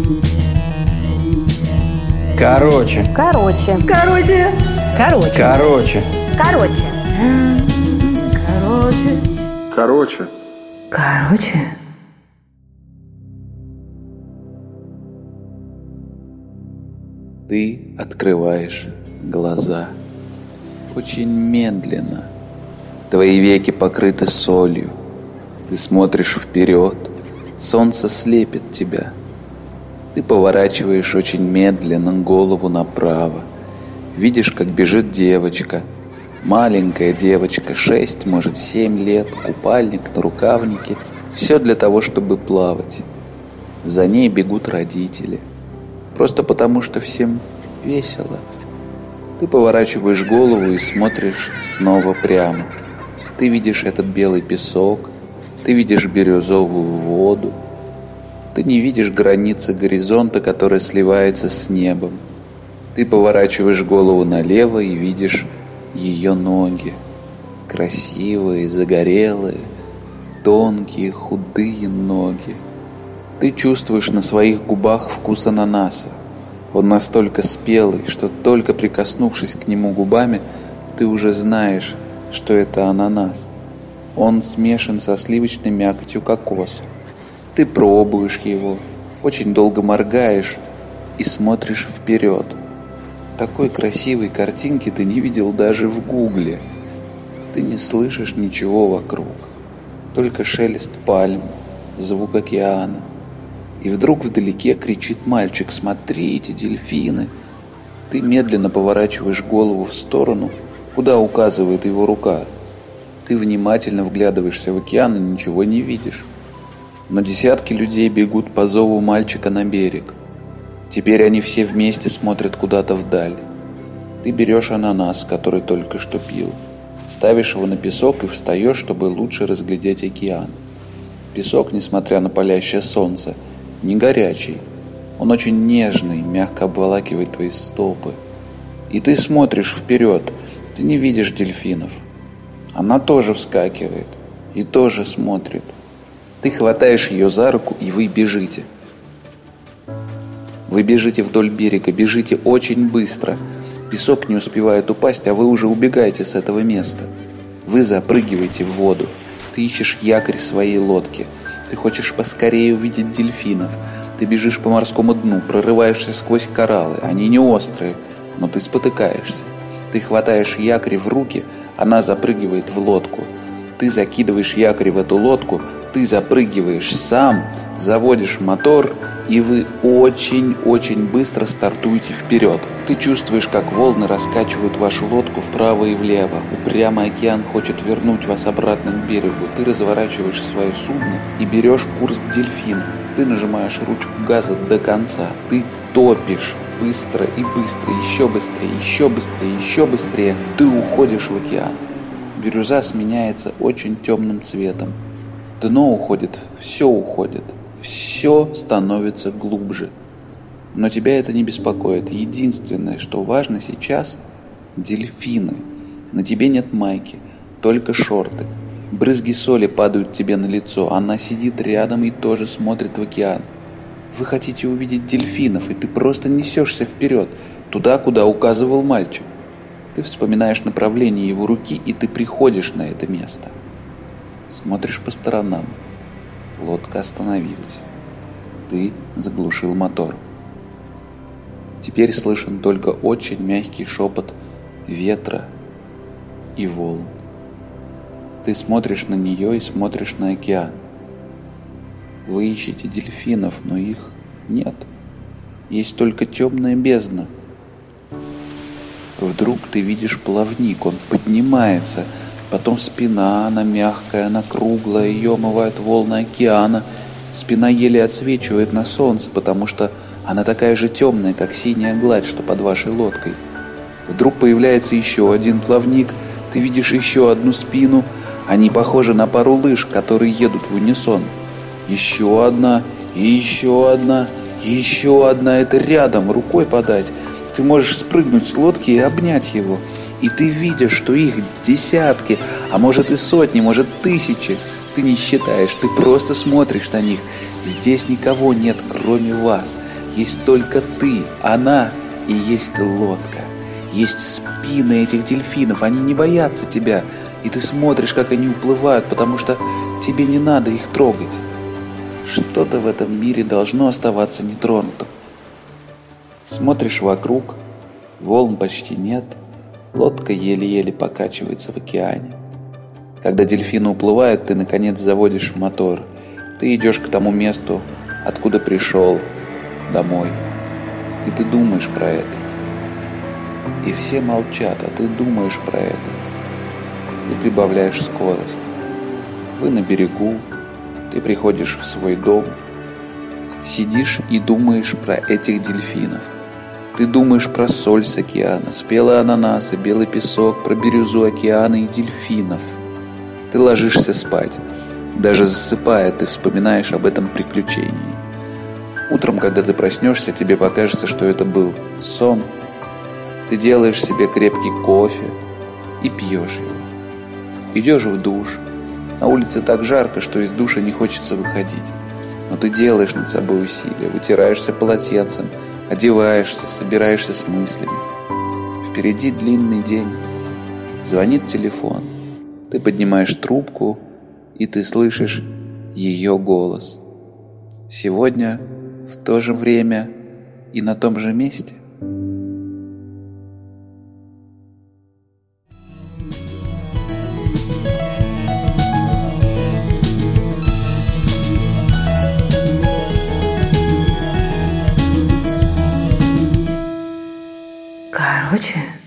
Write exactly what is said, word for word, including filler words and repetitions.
Короче. Короче. Короче. Короче. Короче. Короче. Короче. Короче. Короче. Ты открываешь глаза. Очень медленно. Твои веки покрыты солью. Ты смотришь вперед. Солнце слепит тебя. Ты поворачиваешь очень медленно голову направо. Видишь, как бежит девочка. Маленькая девочка, шесть, может семь лет, купальник, нарукавники. Все для того, чтобы плавать. За ней бегут родители. Просто потому, что всем весело. Ты поворачиваешь голову и смотришь снова прямо. Ты видишь этот белый песок. Ты видишь бирюзовую воду. Ты не видишь границы горизонта, которая сливается с небом. Ты поворачиваешь голову налево и видишь ее ноги. Красивые, загорелые, тонкие, худые ноги. Ты чувствуешь на своих губах вкус ананаса. Он настолько спелый, что только прикоснувшись к нему губами, ты уже знаешь, что это ананас. Он смешан со сливочной мякотью кокоса. Ты пробуешь его, очень долго моргаешь и смотришь вперед. Такой красивой картинки ты не видел даже в гугле. Ты не слышишь ничего вокруг, только шелест пальм, звук океана. И вдруг вдалеке кричит мальчик: «Смотрите, дельфины!» Ты медленно поворачиваешь голову в сторону, куда указывает его рука. Ты внимательно вглядываешься в океан и ничего не видишь. Но десятки людей бегут по зову мальчика на берег. Теперь они все вместе смотрят куда-то вдаль. Ты берешь ананас, который только что пил, ставишь его на песок и встаешь, чтобы лучше разглядеть океан. Песок, несмотря на палящее солнце, не горячий. Он очень нежный, мягко обволакивает твои стопы. И ты смотришь вперед, ты не видишь дельфинов. Она тоже вскакивает и тоже смотрит. Ты хватаешь ее за руку, и вы бежите. Вы бежите вдоль берега, бежите очень быстро. Песок не успевает упасть, а вы уже убегаете с этого места. Вы запрыгиваете в воду. Ты ищешь якорь своей лодки. Ты хочешь поскорее увидеть дельфинов. Ты бежишь по морскому дну, прорываешься сквозь кораллы. Они не острые, но ты спотыкаешься. Ты хватаешь якорь в руки, она запрыгивает в лодку. Ты закидываешь якорь в эту лодку, ты запрыгиваешь сам, заводишь мотор, и вы очень-очень быстро стартуете вперед. Ты чувствуешь, как волны раскачивают вашу лодку вправо и влево. Упрямый океан хочет вернуть вас обратно к берегу. Ты разворачиваешь свое судно и берешь курс к дельфину. Ты нажимаешь ручку газа до конца. Ты топишь быстро и быстро, еще быстрее, еще быстрее, еще быстрее. Ты уходишь в океан. Бирюза сменяется очень темным цветом. Дно уходит, все уходит, все становится глубже. Но тебя это не беспокоит. Единственное, что важно сейчас – дельфины. На тебе нет майки, только шорты. Брызги соли падают тебе на лицо. Она сидит рядом и тоже смотрит в океан. Вы хотите увидеть дельфинов, и ты просто несешься вперед, туда, куда указывал мальчик. Ты вспоминаешь направление его руки, и ты приходишь на это место. Смотришь по сторонам. Лодка остановилась. Ты заглушил мотор. Теперь слышен только очень мягкий шепот ветра и волн. Ты смотришь на нее и смотришь на океан. Вы ищете дельфинов, но их нет. Есть только темная бездна. Вдруг ты видишь плавник, он поднимается. Потом спина, она мягкая, она круглая, ее омывают волны океана. Спина еле отсвечивает на солнце, потому что она такая же темная, как синяя гладь, что под вашей лодкой. Вдруг появляется еще один плавник, ты видишь еще одну спину. Они похожи на пару лыж, которые едут в унисон. Еще одна, и еще одна, и еще одна. Это рядом, рукой подать. Ты можешь спрыгнуть с лодки и обнять его. И ты видишь, что их десятки, а может и сотни, может тысячи. Ты не считаешь, ты просто смотришь на них. Здесь никого нет, кроме вас. Есть только ты, она и есть лодка. Есть спины этих дельфинов, они не боятся тебя, и ты смотришь, как они уплывают, потому что тебе не надо их трогать. Что-то в этом мире должно оставаться нетронутым. Смотришь вокруг, волн почти нет, лодка еле-еле покачивается в океане. Когда дельфины уплывают, ты наконец заводишь мотор. Ты идешь к тому месту, откуда пришел, домой. И ты думаешь про это. И все молчат, а ты думаешь про это. Ты прибавляешь скорость. Вы на берегу, ты приходишь в свой дом, сидишь и думаешь про этих дельфинов. Ты думаешь про соль с океана, спелые ананасы, белый песок, про бирюзу океана и дельфинов. Ты ложишься спать. Даже засыпая, ты вспоминаешь об этом приключении. Утром, когда ты проснешься, тебе покажется, что это был сон. Ты делаешь себе крепкий кофе и пьешь его. Идешь в душ. На улице так жарко, что из душа не хочется выходить. Но ты делаешь над собой усилия, вытираешься полотенцем, одеваешься, собираешься с мыслями. Впереди длинный день. Звонит телефон. Ты поднимаешь трубку, и ты слышишь ее голос. Сегодня, в то же время и на том же месте. Короче...